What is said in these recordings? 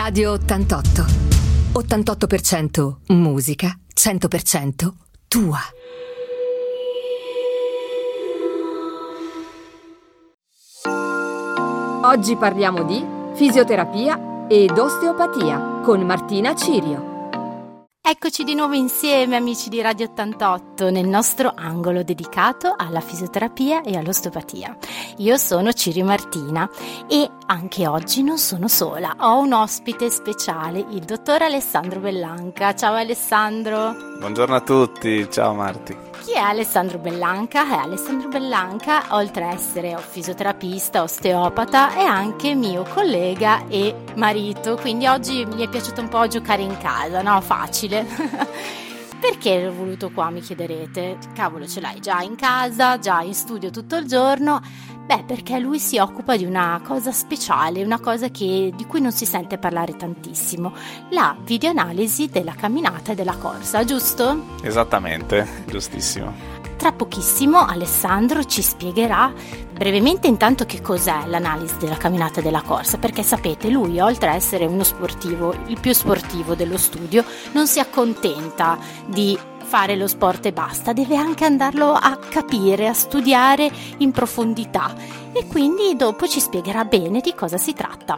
Radio 88. 88% musica, 100% tua. Oggi parliamo di fisioterapia ed osteopatia con Martina Cirio. Eccoci di nuovo insieme, amici di Radio 88, nel nostro angolo dedicato alla fisioterapia e all'osteopatia. Io sono Cirio Martina e anche oggi non sono sola, ho un ospite speciale, il dottor Alessandro Bellanca. Ciao Alessandro. Buongiorno a tutti, ciao Marti. Chi è Alessandro Bellanca? Alessandro Bellanca, oltre a essere fisioterapista, osteopata, è anche mio collega e marito, quindi oggi mi è piaciuto un po' giocare in casa, no? Facile. Perché l'ho voluto qua, mi chiederete? Cavolo, ce l'hai già in casa, già in studio tutto il giorno? Beh, perché lui si occupa di una cosa speciale, una cosa di cui non si sente parlare tantissimo, la videoanalisi della camminata e della corsa, giusto? Esattamente, giustissimo. Tra pochissimo Alessandro ci spiegherà brevemente intanto che cos'è l'analisi della camminata e della corsa, perché sapete, lui oltre a essere uno sportivo, il più sportivo dello studio, non si accontenta di fare lo sport e basta, deve anche andarlo a capire, a studiare in profondità e quindi dopo ci spiegherà bene di cosa si tratta.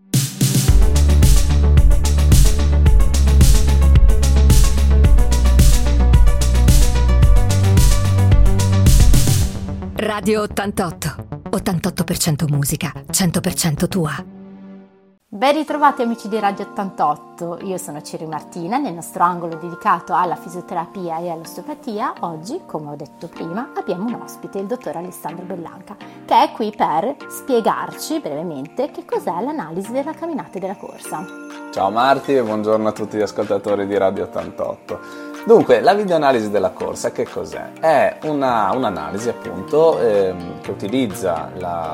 Radio 88. 88% musica, 100% tua. Ben ritrovati amici di Radio 88, io sono Cirio Martina, nel nostro angolo dedicato alla fisioterapia e all'osteopatia. Oggi, come ho detto prima, abbiamo un ospite, il dottor Alessandro Bellanca, che è qui per spiegarci brevemente che cos'è l'analisi della camminata e della corsa. Ciao Marti e buongiorno a tutti gli ascoltatori di Radio 88. Dunque, la videoanalisi della corsa che cos'è? È un'analisi appunto che utilizza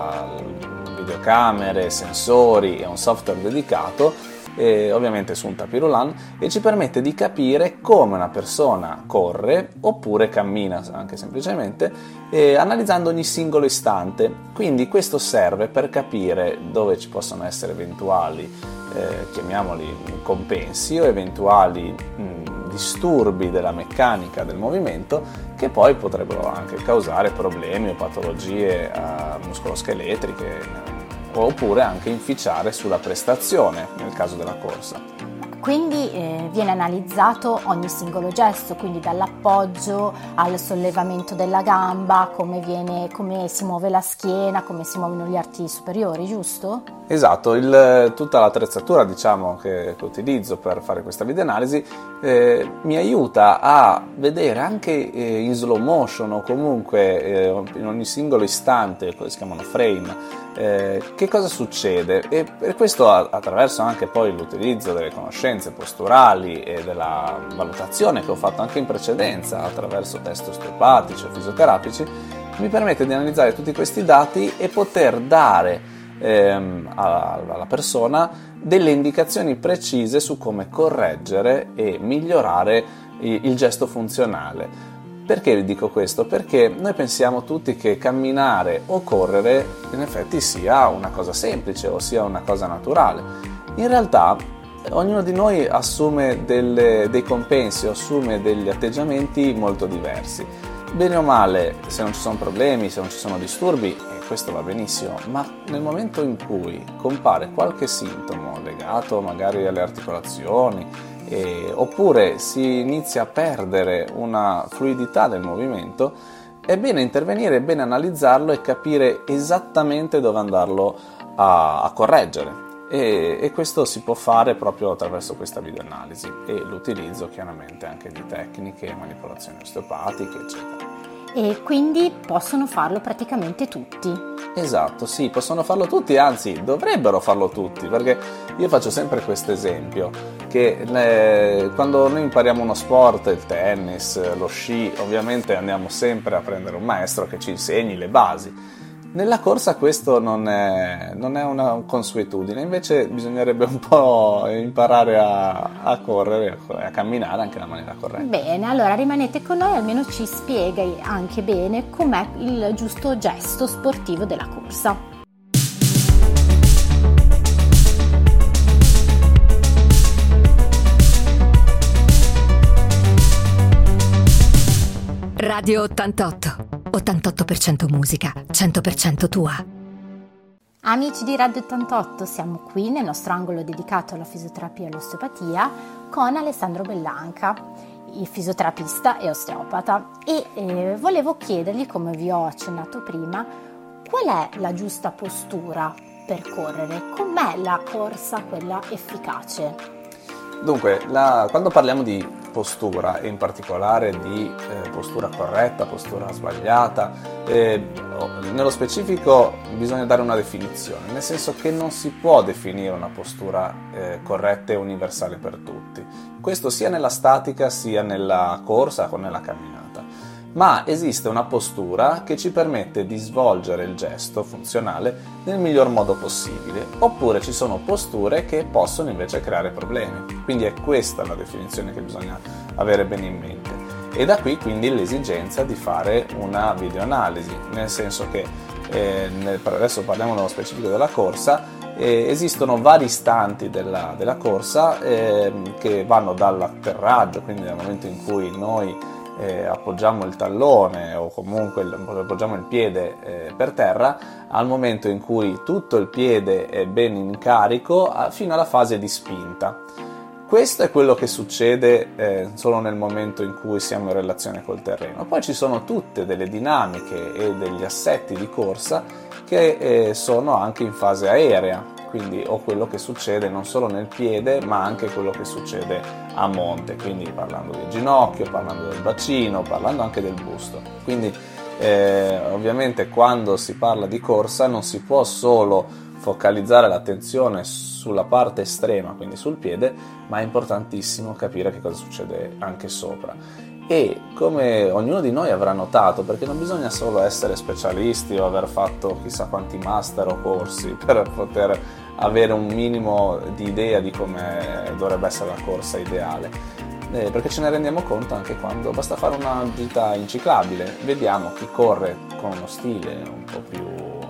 videocamere, sensori e un software dedicato, ovviamente su un tapis roulant, e ci permette di capire come una persona corre oppure cammina anche semplicemente, analizzando ogni singolo istante. Quindi questo serve per capire dove ci possono essere eventuali, chiamiamoli compensi o eventuali disturbi della meccanica del movimento che poi potrebbero anche causare problemi o patologie muscoloscheletriche oppure anche inficiare sulla prestazione nel caso della corsa. Quindi viene analizzato ogni singolo gesto, quindi dall'appoggio al sollevamento della gamba, come si muove la schiena, come si muovono gli arti superiori, giusto? Esatto, tutta l'attrezzatura che utilizzo per fare questa videoanalisi mi aiuta a vedere anche in slow motion o comunque in ogni singolo istante, si chiamano frame, che cosa succede, e per questo attraverso anche poi l'utilizzo delle conoscenze posturali e della valutazione che ho fatto anche in precedenza attraverso test osteopatici o fisioterapici, mi permette di analizzare tutti questi dati e poter dare alla persona delle indicazioni precise su come correggere e migliorare il gesto funzionale. Perché vi dico questo? Perché noi pensiamo tutti che camminare o correre in effetti sia una cosa semplice o sia una cosa naturale. In realtà ognuno di noi assume dei compensi o assume degli atteggiamenti molto diversi. Bene o male, se non ci sono problemi, se non ci sono disturbi, questo va benissimo, ma nel momento in cui compare qualche sintomo legato magari alle articolazioni, oppure si inizia a perdere una fluidità del movimento, è bene intervenire, è bene analizzarlo e capire esattamente dove andarlo a correggere. E questo si può fare proprio attraverso questa videoanalisi e l'utilizzo chiaramente anche di tecniche, manipolazioni osteopatiche, eccetera. E quindi possono farlo praticamente tutti. Esatto, sì, possono farlo tutti, anzi dovrebbero farlo tutti, perché io faccio sempre questo esempio, che quando noi impariamo uno sport, il tennis, lo sci, ovviamente andiamo sempre a prendere un maestro che ci insegni le basi. Nella corsa questo non è una consuetudine, invece bisognerebbe un po' imparare a correre, a camminare anche nella maniera corretta. Bene, allora rimanete con noi, almeno ci spieghi anche bene com'è il giusto gesto sportivo della corsa. Radio 88. 88% musica, 100% tua. Amici di Radio 88, siamo qui nel nostro angolo dedicato alla fisioterapia e all'osteopatia con Alessandro Bellanca, il fisioterapista e osteopata, e volevo chiedergli, come vi ho accennato prima, qual è la giusta postura per correre? Com'è la corsa quella efficace? Dunque, quando parliamo di postura, e in particolare di postura corretta, postura sbagliata, nello specifico bisogna dare una definizione, nel senso che non si può definire una postura corretta e universale per tutti. Questo sia nella statica sia nella corsa o nella camminata. Ma esiste una postura che ci permette di svolgere il gesto funzionale nel miglior modo possibile, oppure ci sono posture che possono invece creare problemi. Quindi è questa la definizione che bisogna avere bene in mente. E da qui quindi l'esigenza di fare una videoanalisi, nel senso che adesso parliamo nello specifico della corsa. Esistono vari istanti della corsa che vanno dall'atterraggio, quindi dal momento in cui noi appoggiamo il tallone o comunque appoggiamo il piede per terra, al momento in cui tutto il piede è ben in carico fino alla fase di spinta. Questo è quello che succede solo nel momento in cui siamo in relazione col terreno. Poi ci sono tutte delle dinamiche e degli assetti di corsa che sono anche in fase aerea, quindi o quello che succede non solo nel piede ma anche quello che succede a monte, quindi parlando del ginocchio, parlando del bacino, parlando anche del busto. Quindi ovviamente quando si parla di corsa non si può solo focalizzare l'attenzione sulla parte estrema, quindi sul piede, ma è importantissimo capire che cosa succede anche sopra. E come ognuno di noi avrà notato, perché non bisogna solo essere specialisti o aver fatto chissà quanti master o corsi per poter avere un minimo di idea di come dovrebbe essere la corsa ideale, perché ce ne rendiamo conto anche quando basta fare una gita in ciclabile. Vediamo chi corre con uno stile un po' più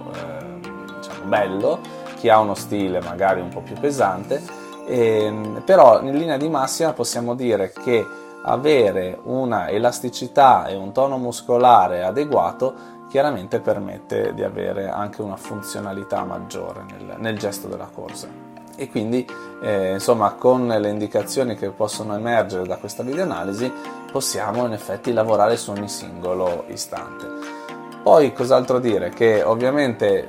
bello, chi ha uno stile magari un po' più pesante, però in linea di massima possiamo dire che avere una elasticità e un tono muscolare adeguato chiaramente permette di avere anche una funzionalità maggiore nel gesto della corsa. E quindi insomma, con le indicazioni che possono emergere da questa videoanalisi possiamo in effetti lavorare su ogni singolo istante. Poi cos'altro dire? Che ovviamente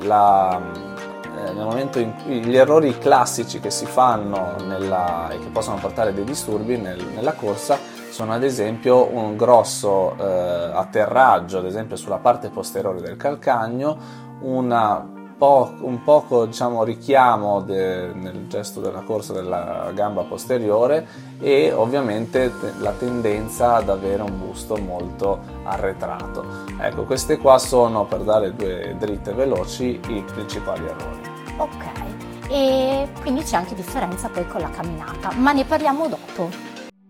nel momento in cui gli errori classici che si fanno e che possono portare dei disturbi nella corsa sono ad esempio un grosso atterraggio, ad esempio sulla parte posteriore del calcagno, un poco diciamo richiamo nel gesto della corsa della gamba posteriore e ovviamente la tendenza ad avere un busto molto arretrato. Ecco, queste qua sono, per dare due dritte veloci, i principali errori. Ok, e quindi c'è anche differenza poi con la camminata, ma ne parliamo dopo.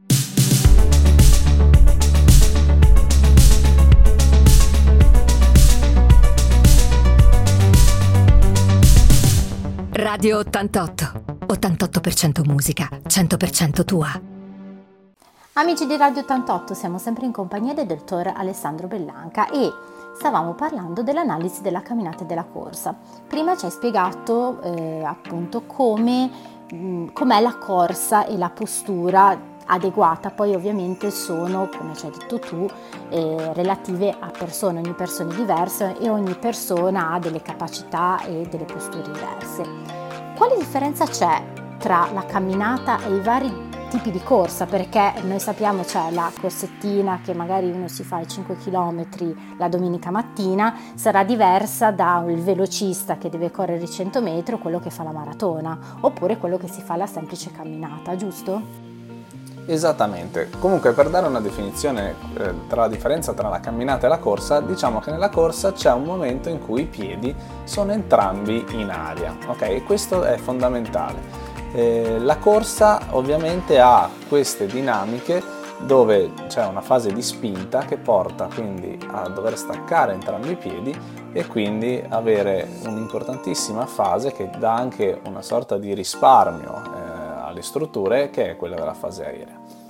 Radio 88. 88% musica, 100% tua. Amici di Radio 88, siamo sempre in compagnia del dottor Alessandro Bellanca e stavamo parlando dell'analisi della camminata e della corsa. Prima ci hai spiegato appunto com'è la corsa e la postura adeguata, poi ovviamente sono, come ci hai detto tu, relative a persone, ogni persona è diversa e ogni persona ha delle capacità e delle posture diverse. Quale differenza c'è tra la camminata e i vari tipi di corsa? Perché noi sappiamo c'è la corsettina che magari uno si fa i 5 km la domenica mattina, sarà diversa da il velocista che deve correre i 100 metri o quello che fa la maratona, oppure quello che si fa la semplice camminata, giusto? Esattamente. Comunque, per dare una definizione tra la differenza tra la camminata e la corsa, diciamo che nella corsa c'è un momento in cui i piedi sono entrambi in aria, ok? E questo è fondamentale. La corsa ovviamente ha queste dinamiche dove c'è una fase di spinta che porta quindi a dover staccare entrambi i piedi e quindi avere un'importantissima fase che dà anche una sorta di risparmio alle strutture, che è quella della fase aerea.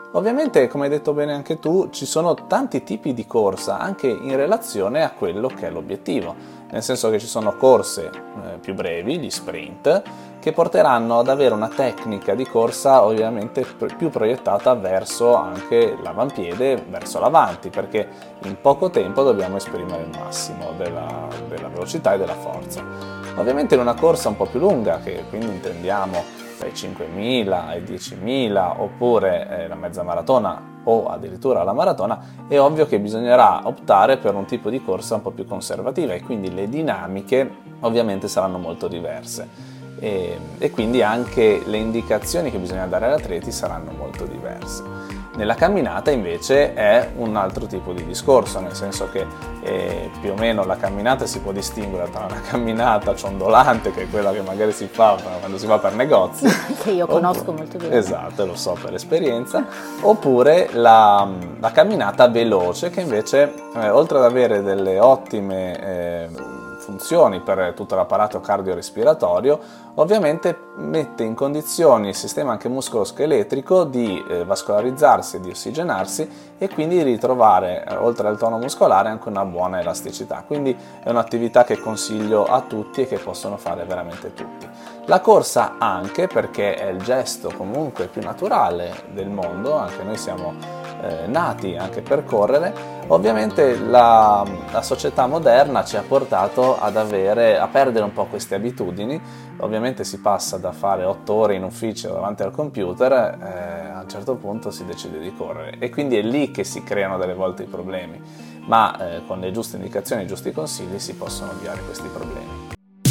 Ovviamente, come hai detto bene anche tu, ci sono tanti tipi di corsa anche in relazione a quello che è l'obiettivo, nel senso che ci sono corse più brevi, gli sprint, che porteranno ad avere una tecnica di corsa ovviamente più proiettata verso anche l'avampiede, verso l'avanti, perché in poco tempo dobbiamo esprimere il massimo della velocità e della forza. Ovviamente in una corsa un po' più lunga, che quindi intendiamo dai 5.000 ai 10.000 oppure la mezza maratona o addirittura la maratona, è ovvio che bisognerà optare per un tipo di corsa un po' più conservativa e quindi le dinamiche ovviamente saranno molto diverse e quindi anche le indicazioni che bisogna dare agli atleti saranno molto diverse. Nella camminata invece è un altro tipo di discorso, nel senso che più o meno la camminata si può distinguere tra una camminata ciondolante, che è quella che magari si fa quando si va per negozi, che io conosco molto bene. Esatto, lo so per esperienza, oppure la camminata veloce, che invece oltre ad avere delle ottime funzioni per tutto l'apparato cardiorespiratorio, ovviamente mette in condizioni il sistema anche muscoloscheletrico di vascolarizzarsi e di ossigenarsi e quindi ritrovare, oltre al tono muscolare, anche una buona elasticità. Quindi è un'attività che consiglio a tutti e che possono fare veramente tutti. La corsa anche, perché è il gesto comunque più naturale del mondo, anche noi siamo nati anche per correre. Ovviamente la società moderna ci ha portato a perdere un po' queste abitudini. Ovviamente si passa da fare 8 ore in ufficio davanti al computer, a un certo punto si decide di correre e quindi è lì che si creano delle volte i problemi, ma con le giuste indicazioni e i giusti consigli si possono ovviare questi problemi.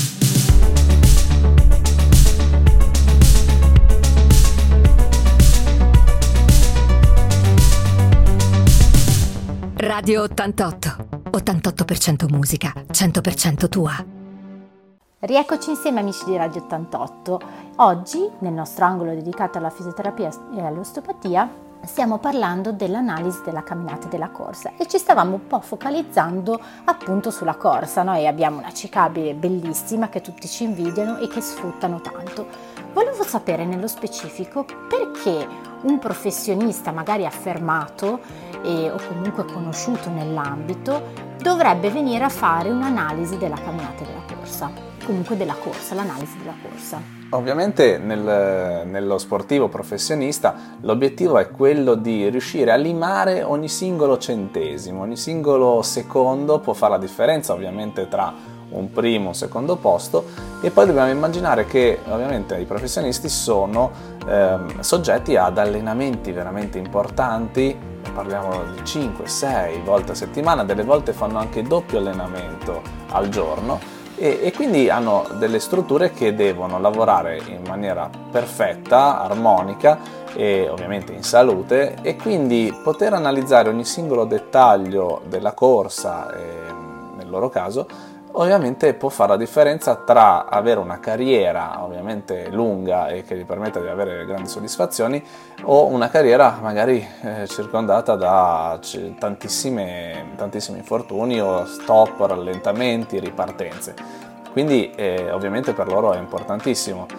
Radio 88. 88% musica, 100% tua. Rieccoci insieme amici di Radio 88. Oggi, nel nostro angolo dedicato alla fisioterapia e all'osteopatia, stiamo parlando dell'analisi della camminata e della corsa e ci stavamo un po' focalizzando appunto sulla corsa. Noi abbiamo una ciclabile bellissima che tutti ci invidiano e che sfruttano tanto. Volevo sapere nello specifico perché un professionista magari affermato o comunque conosciuto nell'ambito dovrebbe venire a fare un'analisi della camminata e della corsa, comunque della corsa, l'analisi della corsa. Ovviamente nello sportivo professionista l'obiettivo è quello di riuscire a limare ogni singolo centesimo, ogni singolo secondo può fare la differenza ovviamente tra un primo, un secondo posto, e poi dobbiamo immaginare che ovviamente i professionisti sono soggetti ad allenamenti veramente importanti. Parliamo di 5-6 volte a settimana, delle volte fanno anche doppio allenamento al giorno e quindi hanno delle strutture che devono lavorare in maniera perfetta, armonica e ovviamente in salute, e quindi poter analizzare ogni singolo dettaglio della corsa, nel loro caso, ovviamente può fare la differenza tra avere una carriera ovviamente lunga e che gli permetta di avere grandi soddisfazioni o una carriera magari circondata da tantissimi infortuni o stop, rallentamenti, ripartenze. Quindi ovviamente per loro è importantissimo.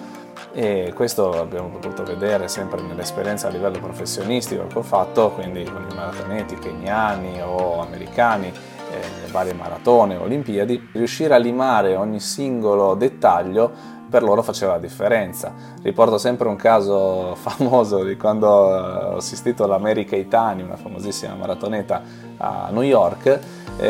E questo abbiamo potuto vedere sempre nell'esperienza a livello professionistico che ho fatto, quindi con i maratoneti keniani o americani, le varie maratone o olimpiadi, riuscire a limare ogni singolo dettaglio per loro faceva la differenza. Riporto sempre un caso famoso di quando ho assistito all'America Itani, una famosissima maratoneta a New York,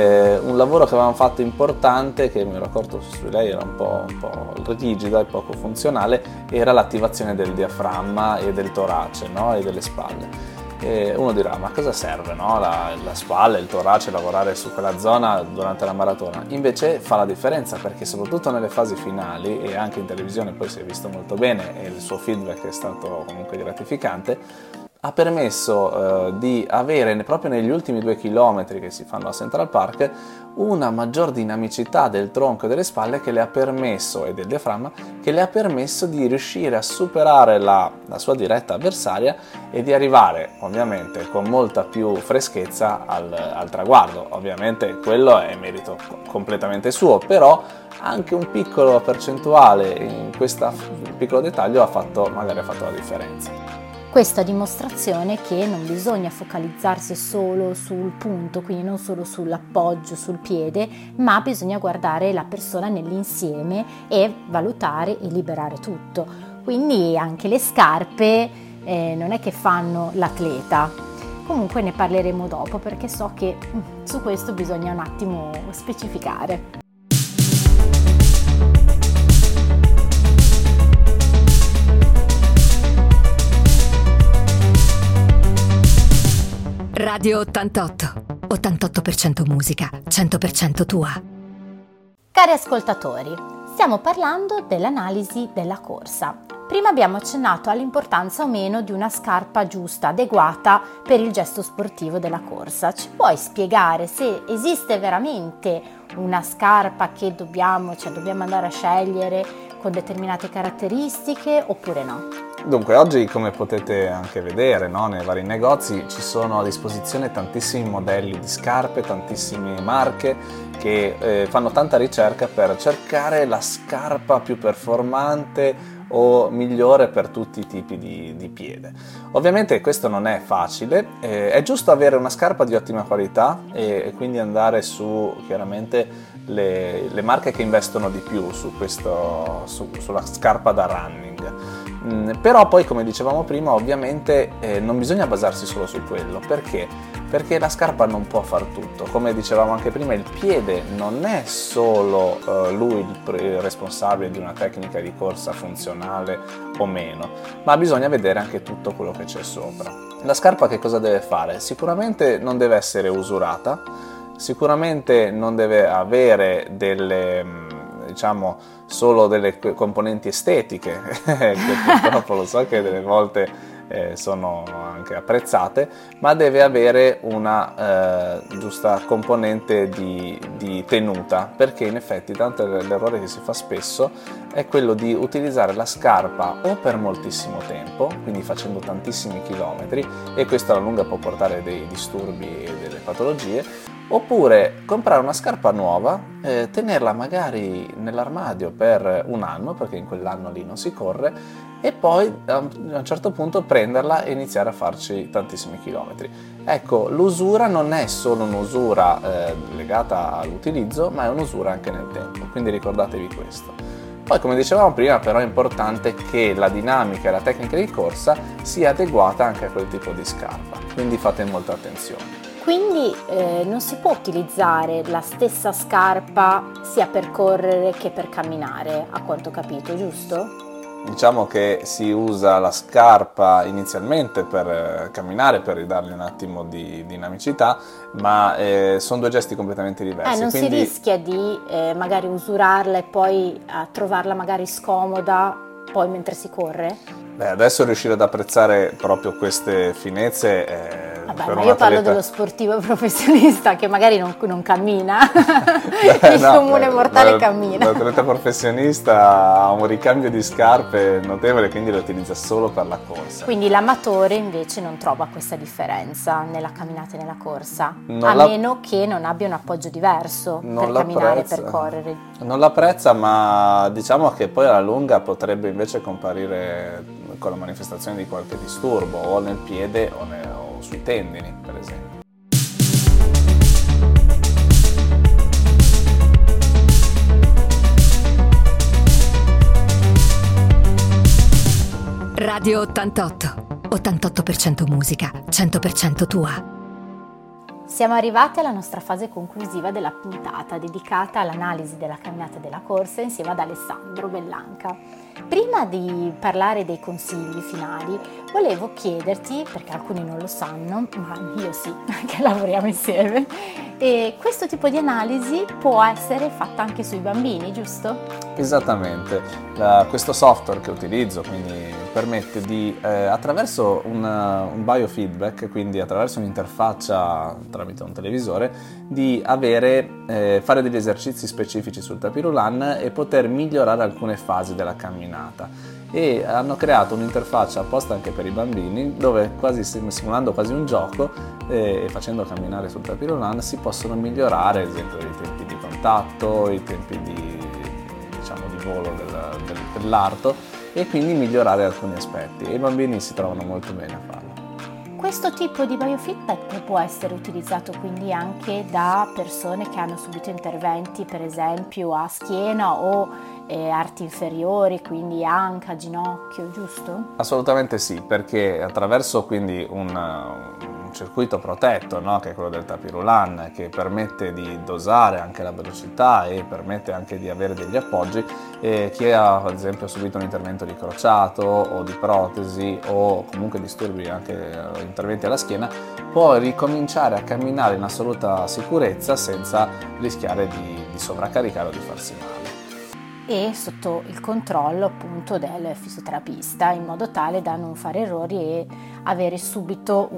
un lavoro che avevamo fatto importante, che mi ero accorto su lei era un po' rigida e poco funzionale, era l'attivazione del diaframma e del torace, no? E delle spalle. E uno dirà, ma cosa serve, no? La spalla, il torace, lavorare su quella zona durante la maratona? Invece fa la differenza, perché soprattutto nelle fasi finali, e anche in televisione poi si è visto molto bene e il suo feedback è stato comunque gratificante, ha permesso di avere proprio negli ultimi 2 chilometri che si fanno a Central Park una maggior dinamicità del tronco e delle spalle che le ha permesso, e del diaframma, che le ha permesso di riuscire a superare la sua diretta avversaria e di arrivare ovviamente con molta più freschezza al traguardo. Ovviamente quello è merito completamente suo, però anche un piccolo percentuale in questo piccolo dettaglio magari ha fatto la differenza. Questa dimostrazione che non bisogna focalizzarsi solo sul punto, quindi non solo sull'appoggio, sul piede, ma bisogna guardare la persona nell'insieme e valutare e liberare tutto. Quindi anche le scarpe non è che fanno l'atleta. Comunque ne parleremo dopo, perché so che su questo bisogna un attimo specificare. Radio 88. 88% musica, 100% tua. Cari ascoltatori, stiamo parlando dell'analisi della corsa. Prima abbiamo accennato all'importanza o meno di una scarpa giusta, adeguata per il gesto sportivo della corsa. Ci puoi spiegare se esiste veramente una scarpa che dobbiamo andare a scegliere con determinate caratteristiche oppure no? Dunque, oggi, come potete anche vedere, no, nei vari negozi ci sono a disposizione tantissimi modelli di scarpe, tantissime marche che fanno tanta ricerca per cercare la scarpa più performante o migliore per tutti i tipi di piede. Ovviamente questo non è facile, è giusto avere una scarpa di ottima qualità e quindi andare su chiaramente le marche che investono di più sulla scarpa da running. Però poi, come dicevamo prima, ovviamente non bisogna basarsi solo su quello. Perché? Perché la scarpa non può far tutto. Come dicevamo anche prima, il piede non è solo lui il responsabile di una tecnica di corsa funzionale o meno, ma bisogna vedere anche tutto quello che c'è sopra. La scarpa che cosa deve fare? Sicuramente non deve essere usurata, sicuramente non deve avere solo delle componenti estetiche che purtroppo lo so che delle volte sono anche apprezzate, ma deve avere una giusta componente di tenuta, perché in effetti tanto l'errore che si fa spesso è quello di utilizzare la scarpa o per moltissimo tempo, quindi facendo tantissimi chilometri, e questo alla lunga può portare dei disturbi e delle patologie, oppure comprare una scarpa nuova, tenerla magari nell'armadio per un anno, perché in quell'anno lì non si corre, e poi a un certo punto prenderla e iniziare a farci tantissimi chilometri. Ecco, l'usura non è solo un'usura legata all'utilizzo, ma è un'usura anche nel tempo, quindi ricordatevi questo. Poi, come dicevamo prima, però è importante che la dinamica e la tecnica di corsa sia adeguata anche a quel tipo di scarpa, quindi fate molta attenzione. Quindi non si può utilizzare la stessa scarpa sia per correre che per camminare, a quanto ho capito, giusto? Diciamo che si usa la scarpa inizialmente per camminare, per ridargli un attimo di dinamicità, ma sono due gesti completamente diversi. Non quindi si rischia di magari usurarla e poi trovarla magari scomoda poi mentre si corre? Beh, adesso riuscire ad apprezzare proprio queste finezze Vabbè, ma io parlo dello sportivo professionista che magari non cammina, il comune mortale cammina. L'atleta professionista ha un ricambio di scarpe notevole, quindi le utilizza solo per la corsa. Quindi l'amatore invece non trova questa differenza nella camminata e nella corsa, meno che non abbia un appoggio diverso per camminare e per correre. Non l'apprezza, ma diciamo che poi alla lunga potrebbe invece comparire con la manifestazione di qualche disturbo o nel piede o sui tendini, per esempio. Radio 88. 88% musica, 100% tua. Siamo arrivati alla nostra fase conclusiva della puntata dedicata all'analisi della camminata e della corsa insieme ad Alessandro Bellanca. Prima di parlare dei consigli finali, volevo chiederti, perché alcuni non lo sanno, ma io sì, che lavoriamo insieme, e questo tipo di analisi può essere fatta anche sui bambini, giusto? Esattamente, questo software che utilizzo quindi permette di, attraverso un biofeedback, quindi attraverso un'interfaccia tramite un televisore, di fare degli esercizi specifici sul tapis-roulant e poter migliorare alcune fasi della camminata. E hanno creato un'interfaccia apposta anche per i bambini, dove simulando quasi un gioco e facendo camminare sul tapis-roulant si possono migliorare, ad esempio, i tempi di contatto, i tempi di volo dell'arto, e quindi migliorare alcuni aspetti, e i bambini si trovano molto bene a farlo. Questo tipo di biofeedback può essere utilizzato quindi anche da persone che hanno subito interventi, per esempio a schiena o arti inferiori, quindi anca, ginocchio, giusto? Assolutamente sì, perché attraverso quindi un circuito protetto, no? Che è quello del tapirulan, che permette di dosare anche la velocità e permette anche di avere degli appoggi, chi ha ad esempio subito un intervento di crociato o di protesi o comunque disturbi anche interventi alla schiena può ricominciare a camminare in assoluta sicurezza senza rischiare di sovraccaricare o di farsi male. E sotto il controllo appunto del fisioterapista, in modo tale da non fare errori e avere subito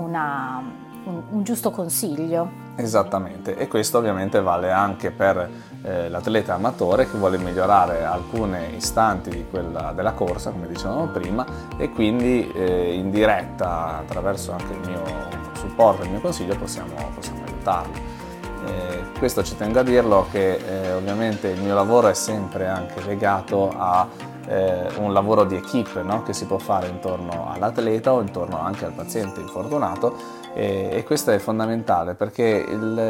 un giusto consiglio. Esattamente, e questo ovviamente vale anche per l'atleta amatore che vuole migliorare alcuni istanti della corsa, come dicevamo prima, e quindi in diretta, attraverso anche il mio supporto e il mio consiglio, possiamo aiutarlo. Questo ci tengo a dirlo che ovviamente il mio lavoro è sempre anche legato a un lavoro di equipe, no? Che si può fare intorno all'atleta o intorno anche al paziente infortunato, e questo è fondamentale perché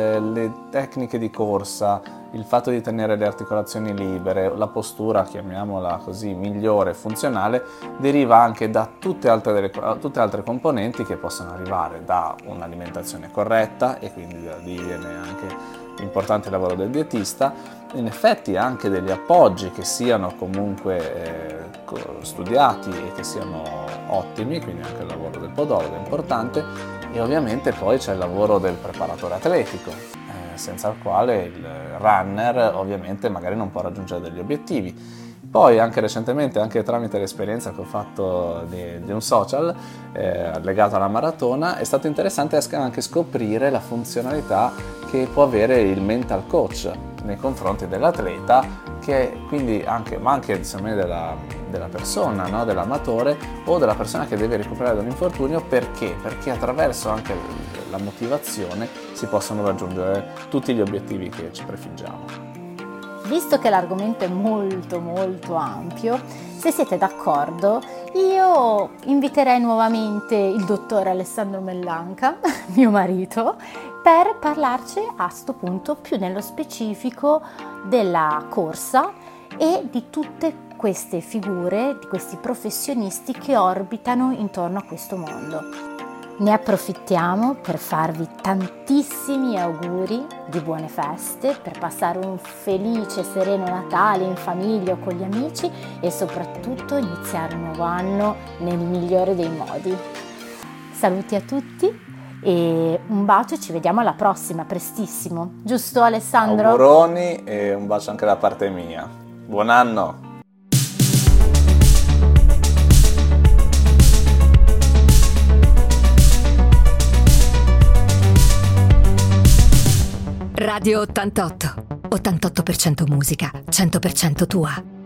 le tecniche di corsa, il fatto di tenere le articolazioni libere, la postura, chiamiamola così, migliore, funzionale, deriva anche da tutte altre componenti che possono arrivare da un'alimentazione corretta, e quindi da lì viene anche importante il lavoro del dietista, in effetti anche degli appoggi che siano comunque studiati e che siano ottimi, quindi anche il lavoro del podologo è importante, e ovviamente poi c'è il lavoro del preparatore atletico, senza il quale il runner ovviamente magari non può raggiungere degli obiettivi. Poi anche recentemente, anche tramite l'esperienza che ho fatto di un social legato alla maratona, è stato interessante anche scoprire la funzionalità che può avere il mental coach nei confronti dell'atleta, che quindi ma anche insomma, della persona, no? Dell'amatore o della persona che deve recuperare da un infortunio. Perché? Perché attraverso anche la motivazione si possono raggiungere tutti gli obiettivi che ci prefiggiamo. Visto che l'argomento è molto molto ampio, se siete d'accordo, io inviterei nuovamente il dottor Alessandro Mellanca, mio marito, per parlarci a sto punto più nello specifico della corsa e di tutte queste figure, di questi professionisti che orbitano intorno a questo mondo. Ne approfittiamo per farvi tantissimi auguri di buone feste, per passare un felice e sereno Natale in famiglia o con gli amici e soprattutto iniziare un nuovo anno nel migliore dei modi. Saluti a tutti e un bacio, ci vediamo alla prossima, prestissimo. Giusto Alessandro? Auguroni e un bacio anche da parte mia. Buon anno! Radio 88. 88% musica, 100% tua.